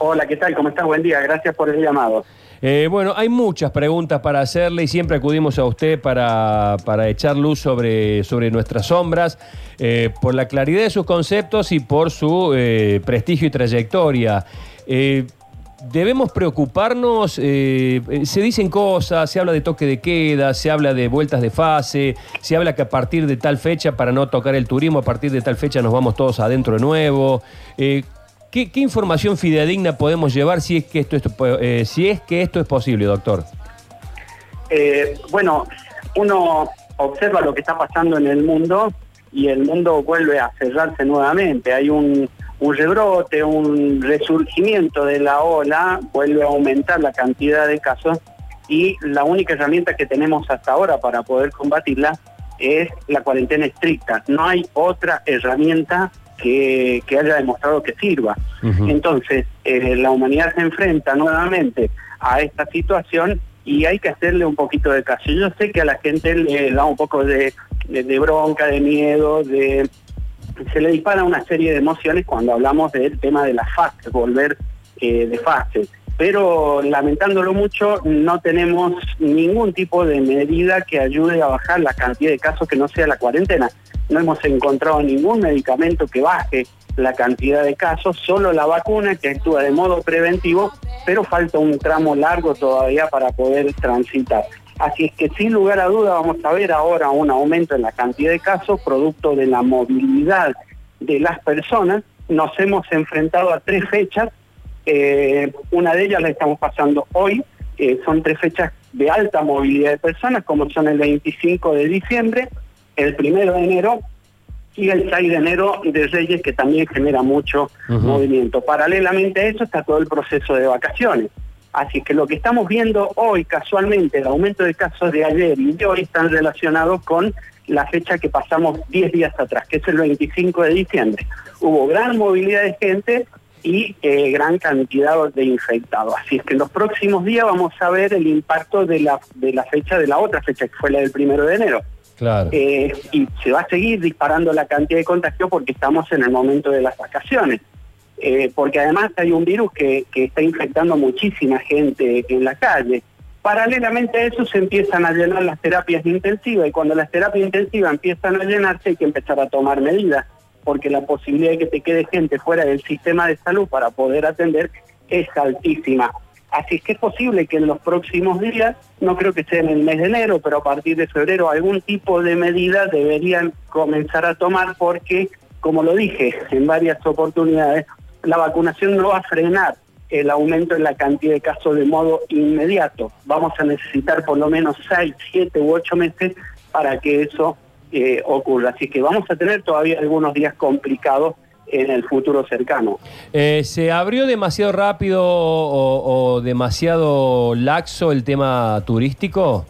Hola, ¿qué tal? ¿Cómo estás? Buen día, gracias por el llamado. Bueno, hay muchas preguntas para hacerle y siempre acudimos a usted para echar luz sobre nuestras sombras, por la claridad de sus conceptos y por su prestigio y trayectoria. Debemos preocuparnos, se dicen cosas, se habla de toque de queda, se habla de vueltas de fase, se habla que a partir de tal fecha, para no tocar el turismo, a partir de tal fecha nos vamos todos adentro de nuevo. ¿Qué información fidedigna podemos llevar si es que esto es posible, doctor? Bueno, uno observa lo que está pasando en el mundo y el mundo vuelve a cerrarse nuevamente. Hay un rebrote, un resurgimiento de la ola, vuelve a aumentar la cantidad de casos y la única herramienta que tenemos hasta ahora para poder combatirla es la cuarentena estricta. No hay otra herramienta que haya demostrado que sirva. Uh-huh. Entonces, la humanidad se enfrenta nuevamente a esta situación y hay que hacerle un poquito de caso. Yo sé que a la gente le da un poco de bronca, de miedo, se le dispara una serie de emociones cuando hablamos del tema de la fase, volver de fase. Pero lamentándolo mucho, no tenemos ningún tipo de medida que ayude a bajar la cantidad de casos que no sea la cuarentena. No hemos encontrado ningún medicamento que baje la cantidad de casos, solo la vacuna que actúa de modo preventivo, pero falta un tramo largo todavía para poder transitar. Así es que sin lugar a duda vamos a ver ahora un aumento en la cantidad de casos, producto de la movilidad de las personas. Nos hemos enfrentado a 3 fechas, una de ellas la estamos pasando hoy, son 3 fechas de alta movilidad de personas, como son el 25 de diciembre, el 1 de enero y el 6 de enero de Reyes, que también genera mucho movimiento. Paralelamente a eso está todo el proceso de vacaciones. Así que lo que estamos viendo hoy, casualmente, el aumento de casos de ayer y de hoy están relacionados con la fecha que pasamos 10 días atrás, que es el 25 de diciembre. Hubo gran movilidad de gente y gran cantidad de infectados. Así es que en los próximos días vamos a ver el impacto de la fecha, de la otra fecha, que fue la del 1 de enero. Claro. Y se va a seguir disparando la cantidad de contagios porque estamos en el momento de las vacaciones. Porque además hay un virus que está infectando muchísima gente en la calle. Paralelamente a eso se empiezan a llenar las terapias intensivas y cuando las terapias intensivas empiezan a llenarse hay que empezar a tomar medidas porque la posibilidad de que te quede gente fuera del sistema de salud para poder atender es altísima. Así es que es posible que en los próximos días, no creo que sea en el mes de enero, pero a partir de febrero algún tipo de medidas deberían comenzar a tomar porque, como lo dije en varias oportunidades, la vacunación no va a frenar el aumento en la cantidad de casos de modo inmediato. Vamos a necesitar por lo menos 6, 7 u 8 meses para que eso ocurra. Así que vamos a tener todavía algunos días complicados en el futuro cercano. ¿Se abrió demasiado rápido o demasiado laxo el tema turístico?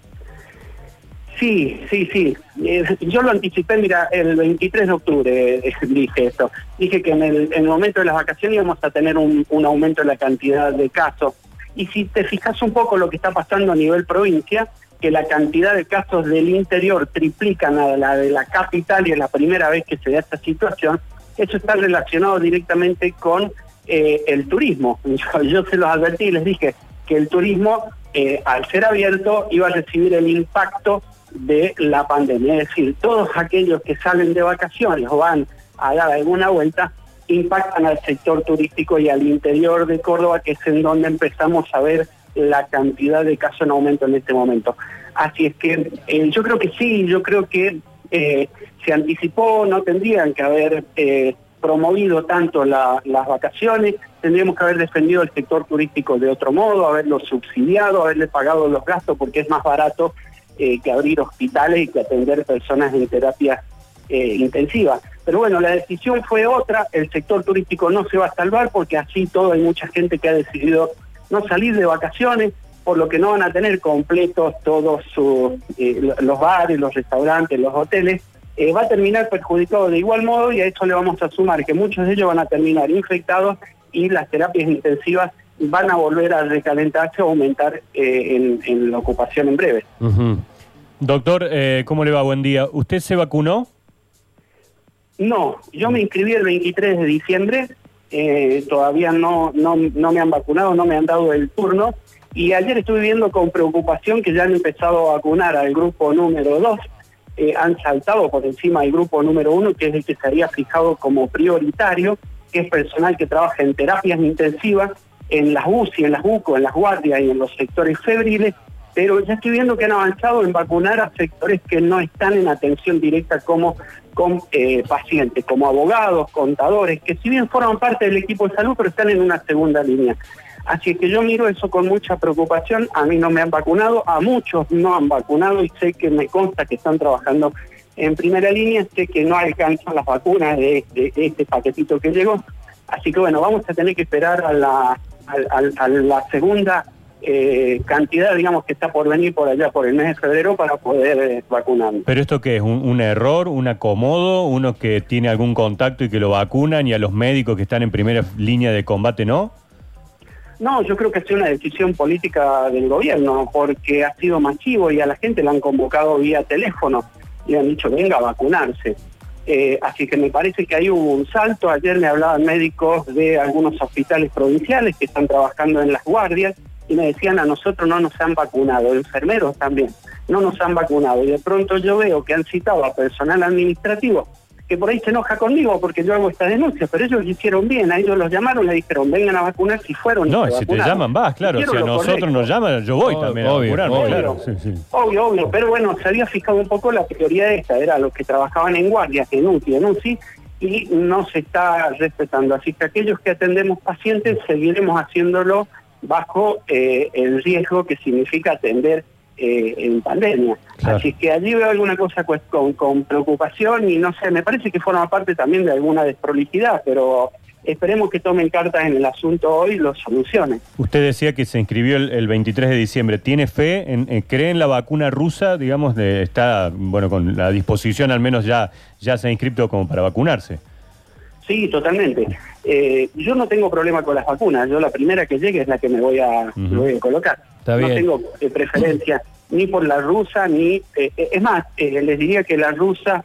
Sí. Yo lo anticipé, mira, el 23 de octubre dije esto. Dije que en el momento de las vacaciones íbamos a tener un aumento en la cantidad de casos. Y si te fijas un poco lo que está pasando a nivel provincia, que la cantidad de casos del interior triplican a la de la capital y es la primera vez que se da esta situación, eso está relacionado directamente con el turismo. Yo se los advertí y les dije que el turismo, al ser abierto, iba a recibir el impacto de la pandemia. Es decir, todos aquellos que salen de vacaciones o van a dar alguna vuelta, impactan al sector turístico y al interior de Córdoba, que es en donde empezamos a ver la cantidad de casos en aumento en este momento. Así es que yo creo que sí, yo creo que se anticipó, no tendrían que haber promovido tanto las vacaciones, tendríamos que haber defendido el sector turístico de otro modo, haberlo subsidiado, haberle pagado los gastos porque es más barato que abrir hospitales y que atender personas en terapia intensiva. Pero bueno, la decisión fue otra, el sector turístico no se va a salvar porque así todo hay mucha gente que ha decidido no salir de vacaciones, por lo que no van a tener completos todos los bares, los restaurantes, los hoteles, va a terminar perjudicado de igual modo y a esto le vamos a sumar que muchos de ellos van a terminar infectados y las terapias intensivas van a volver a recalentarse o aumentar en la ocupación en breve. Uh-huh. Doctor, ¿cómo le va? Buen día. ¿Usted se vacunó? No, yo me inscribí el 23 de diciembre todavía no me han vacunado, no me han dado el turno. Y ayer estuve viendo con preocupación que ya han empezado a vacunar al grupo número 2. Han saltado por encima del grupo número 1, que es el que se había fijado como prioritario, que es personal que trabaja en terapias intensivas, en las UCI, en las UCO, en las guardias y en los sectores febriles, pero ya estoy viendo que han avanzado en vacunar a sectores que no están en atención directa con pacientes, como abogados, contadores, que si bien forman parte del equipo de salud, pero están en una segunda línea. Así que yo miro eso con mucha preocupación. A mí no me han vacunado, a muchos no han vacunado y sé que me consta que están trabajando en primera línea, sé que no alcanzan las vacunas de este paquetito que llegó. Así que bueno, vamos a tener que esperar a la segunda cantidad, digamos, que está por venir por allá por el mes de febrero para poder vacunarnos. ¿Pero esto qué es? ¿Un error? ¿Un acomodo? ¿Uno que tiene algún contacto y que lo vacunan y a los médicos que están en primera línea de combate no? No, yo creo que ha sido una decisión política del gobierno, porque ha sido masivo y a la gente la han convocado vía teléfono y han dicho venga a vacunarse. Así que me parece que ahí hubo un salto. Ayer me hablaban médicos de algunos hospitales provinciales que están trabajando en las guardias y me decían a nosotros no nos han vacunado, enfermeros también, no nos han vacunado. Y de pronto yo veo que han citado a personal administrativo que por ahí se enoja conmigo porque yo hago esta denuncia, pero ellos lo hicieron bien, a ellos los llamaron, le dijeron vengan a vacunar si fueron. No, si te llaman vas, claro, si a nosotros nos llaman, yo voy también a vacunarme, claro. Obvio, pero bueno, se había fijado un poco la prioridad esta, era los que trabajaban en guardias, en UCI, y no se está respetando. Así que aquellos que atendemos pacientes seguiremos haciéndolo bajo el riesgo que significa atender en pandemia. Claro. Así que allí veo alguna cosa con preocupación y no sé, me parece que forma parte también de alguna desprolijidad, pero esperemos que tomen cartas en el asunto hoy y lo solucionen. Usted decía que se inscribió el 23 de diciembre. ¿Tiene fe? ¿Cree en la vacuna rusa? Digamos, está bueno con la disposición, al menos ya se ha inscrito como para vacunarse. Sí, totalmente. Yo no tengo problema con las vacunas. Yo la primera que llegue es la que me voy a colocar. Está bien. No tengo preferencia ni por la rusa, ni... es más, les diría que la rusa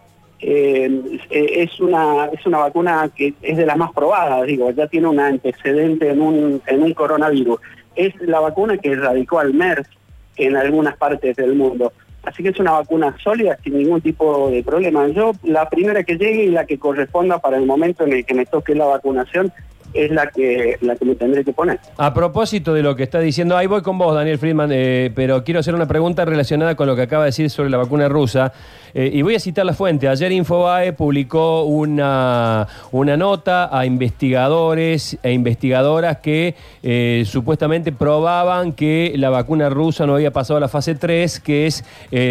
es una vacuna que es de las más probadas, digo, ya tiene un antecedente en un coronavirus. Es la vacuna que erradicó al MERS en algunas partes del mundo. Así que es una vacuna sólida, sin ningún tipo de problema. Yo, la primera que llegue y la que corresponda para el momento en el que me toque la vacunación, es la que me tendré que poner. A propósito de lo que está diciendo, ahí voy con vos, Daniel Friedman, pero quiero hacer una pregunta relacionada con lo que acaba de decir sobre la vacuna rusa, y voy a citar la fuente. Ayer Infobae publicó una nota a investigadores e investigadoras que supuestamente probaban que la vacuna rusa no había pasado a la fase 3, que es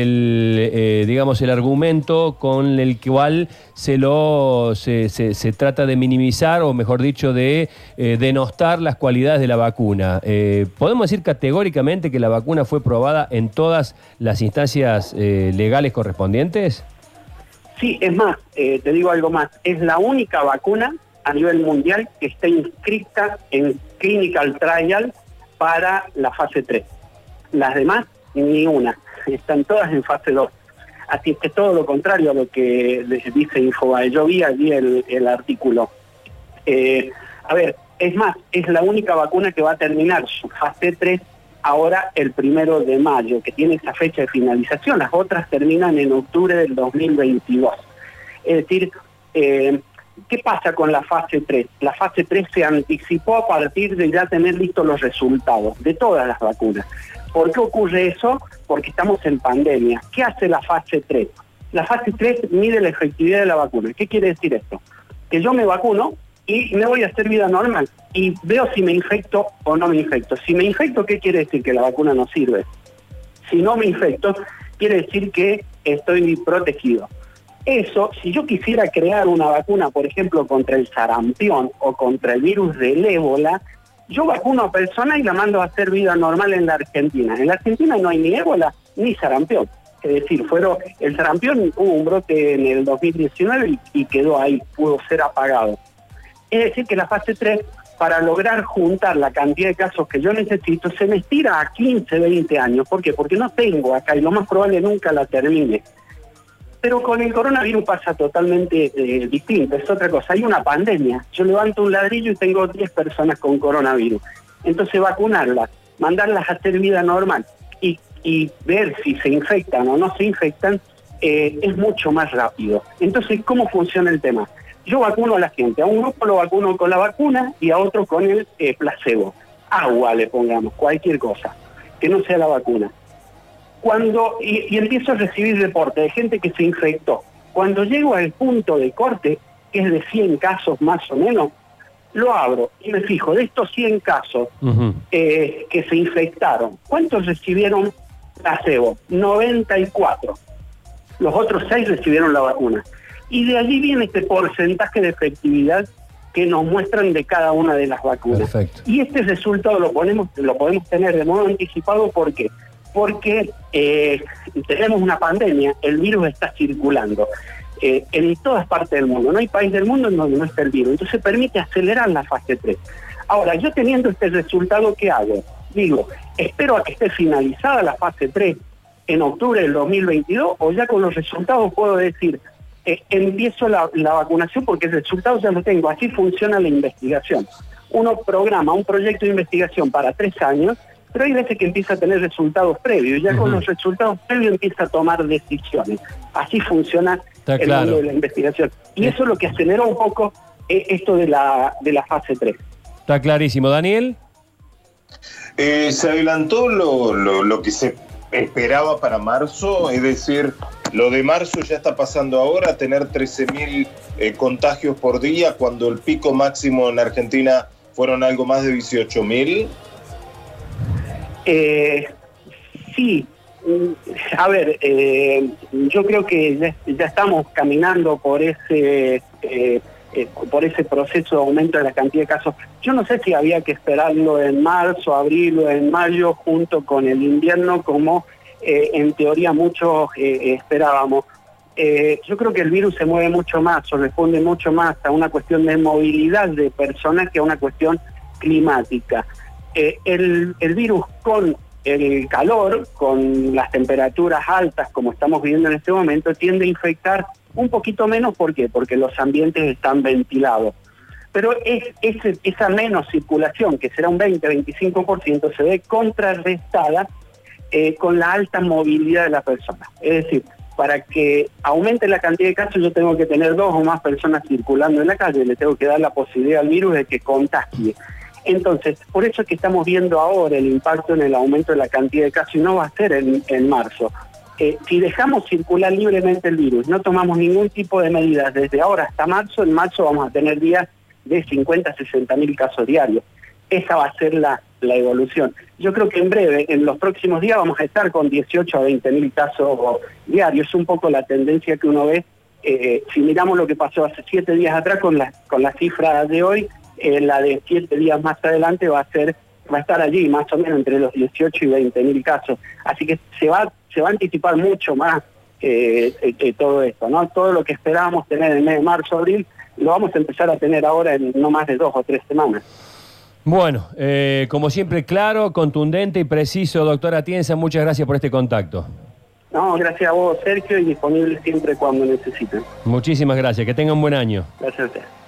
el argumento con el cual se trata de minimizar, o mejor dicho, de denostar las cualidades de la vacuna. ¿Podemos decir categóricamente que la vacuna fue probada en todas las instancias legales correspondientes? Sí, es más, te digo algo más. Es la única vacuna a nivel mundial que está inscrita en Clinical Trial para la fase 3. Las demás, ni una. Están todas en fase 2. Así es que todo lo contrario a lo que dice Infobae. Yo vi allí el artículo. A ver, es más, es la única vacuna que va a terminar su fase 3 ahora el 1 de mayo, que tiene esa fecha de finalización. Las otras terminan en octubre del 2022. Es decir, ¿qué pasa con la fase 3? La fase 3 se anticipó a partir de ya tener listos los resultados de todas las vacunas. ¿Por qué ocurre eso? Porque estamos en pandemia. ¿Qué hace la fase 3? La fase 3 mide la efectividad de la vacuna. ¿Qué quiere decir esto? Que yo me vacuno y me voy a hacer vida normal y veo si me infecto o no me infecto. Si me infecto, ¿qué quiere decir? Que la vacuna no sirve. Si no me infecto, quiere decir que estoy protegido. Eso, si yo quisiera crear una vacuna, por ejemplo, contra el sarampión o contra el virus del ébola, yo vacuno a personas y la mando a hacer vida normal en la Argentina. En la Argentina no hay ni ébola ni sarampión. Es decir, el sarampión hubo un brote en el 2019 y quedó ahí, pudo ser apagado. Es decir, que la fase 3, para lograr juntar la cantidad de casos que yo necesito, se me estira a 15, 20 años. ¿Por qué? Porque no tengo acá, y lo más probable nunca la termine. Pero con el coronavirus pasa totalmente distinto, es otra cosa. Hay una pandemia. Yo levanto un ladrillo y tengo 10 personas con coronavirus. Entonces vacunarlas, mandarlas a hacer vida normal y ver si se infectan o no se infectan es mucho más rápido. Entonces, ¿cómo funciona el tema? Yo vacuno a la gente. A un grupo lo vacuno con la vacuna y a otro con el placebo. Agua le pongamos, cualquier cosa, que no sea la vacuna. Y empiezo a recibir reportes de gente que se infectó. Cuando llego al punto de corte, que es de 100 casos más o menos, lo abro y me fijo, de estos 100 casos que se infectaron, ¿cuántos recibieron placebo? 94. Los otros 6 recibieron la vacuna. Y de allí viene este porcentaje de efectividad que nos muestran de cada una de las vacunas. Perfecto. Y este resultado lo podemos tener de modo anticipado, ¿por qué? Porque tenemos una pandemia, el virus está circulando en todas partes del mundo. No hay país del mundo en donde no esté el virus. Entonces permite acelerar la fase 3. Ahora, yo teniendo este resultado, ¿qué hago? Digo, espero a que esté finalizada la fase 3 en octubre del 2022, o ya con los resultados puedo decir, empiezo la vacunación porque el resultado ya lo tengo. Así funciona la investigación. Uno programa un proyecto de investigación para 3 años, pero hay veces que empieza a tener resultados previos, ya con los resultados previos empieza a tomar decisiones. Así funciona el mundo de la investigación. Y eso es lo que aceleró un poco esto de la fase 3. Está clarísimo. ¿Daniel? Se adelantó lo que se esperaba para marzo, es decir, lo de marzo ya está pasando ahora, tener 13.000 contagios por día, cuando el pico máximo en Argentina fueron algo más de 18.000. Sí, a ver, yo creo que ya estamos caminando por ese proceso de aumento de la cantidad de casos. Yo no sé si había que esperarlo en marzo, abril o en mayo junto con el invierno como en teoría muchos esperábamos. Yo creo que el virus se mueve mucho más o responde mucho más a una cuestión de movilidad de personas que a una cuestión climática. El virus con el calor, con las temperaturas altas como estamos viviendo en este momento, tiende a infectar un poquito menos. ¿Por qué? Porque los ambientes están ventilados. Pero esa menos circulación, que será un 20-25%, se ve contrarrestada con la alta movilidad de la persona. Es decir, para que aumente la cantidad de casos yo tengo que tener 2 o más personas circulando en la calle, le tengo que dar la posibilidad al virus de que contagie. Entonces, por eso es que estamos viendo ahora el impacto en el aumento de la cantidad de casos y no va a ser en marzo. Si dejamos circular libremente el virus, no tomamos ningún tipo de medidas desde ahora hasta marzo, en marzo vamos a tener días de 50-60.000 casos diarios. Esa va a ser la evolución. Yo creo que en breve, en los próximos días, vamos a estar con 18 a 20.000 casos diarios. Es un poco la tendencia que uno ve. Si miramos lo que pasó hace 7 días atrás con la cifra de hoy, la de 7 días más adelante va a estar allí, más o menos entre los 18 y 20.000 casos. Así que se va a anticipar mucho más todo esto, ¿no? Todo lo que esperábamos tener en el mes de marzo, abril, lo vamos a empezar a tener ahora en no más de 2 o 3 semanas. Bueno, como siempre, claro, contundente y preciso, doctor Atienza, muchas gracias por este contacto. No, gracias a vos, Sergio, y disponible siempre cuando necesiten. Muchísimas gracias, que tenga un buen año. Gracias a usted.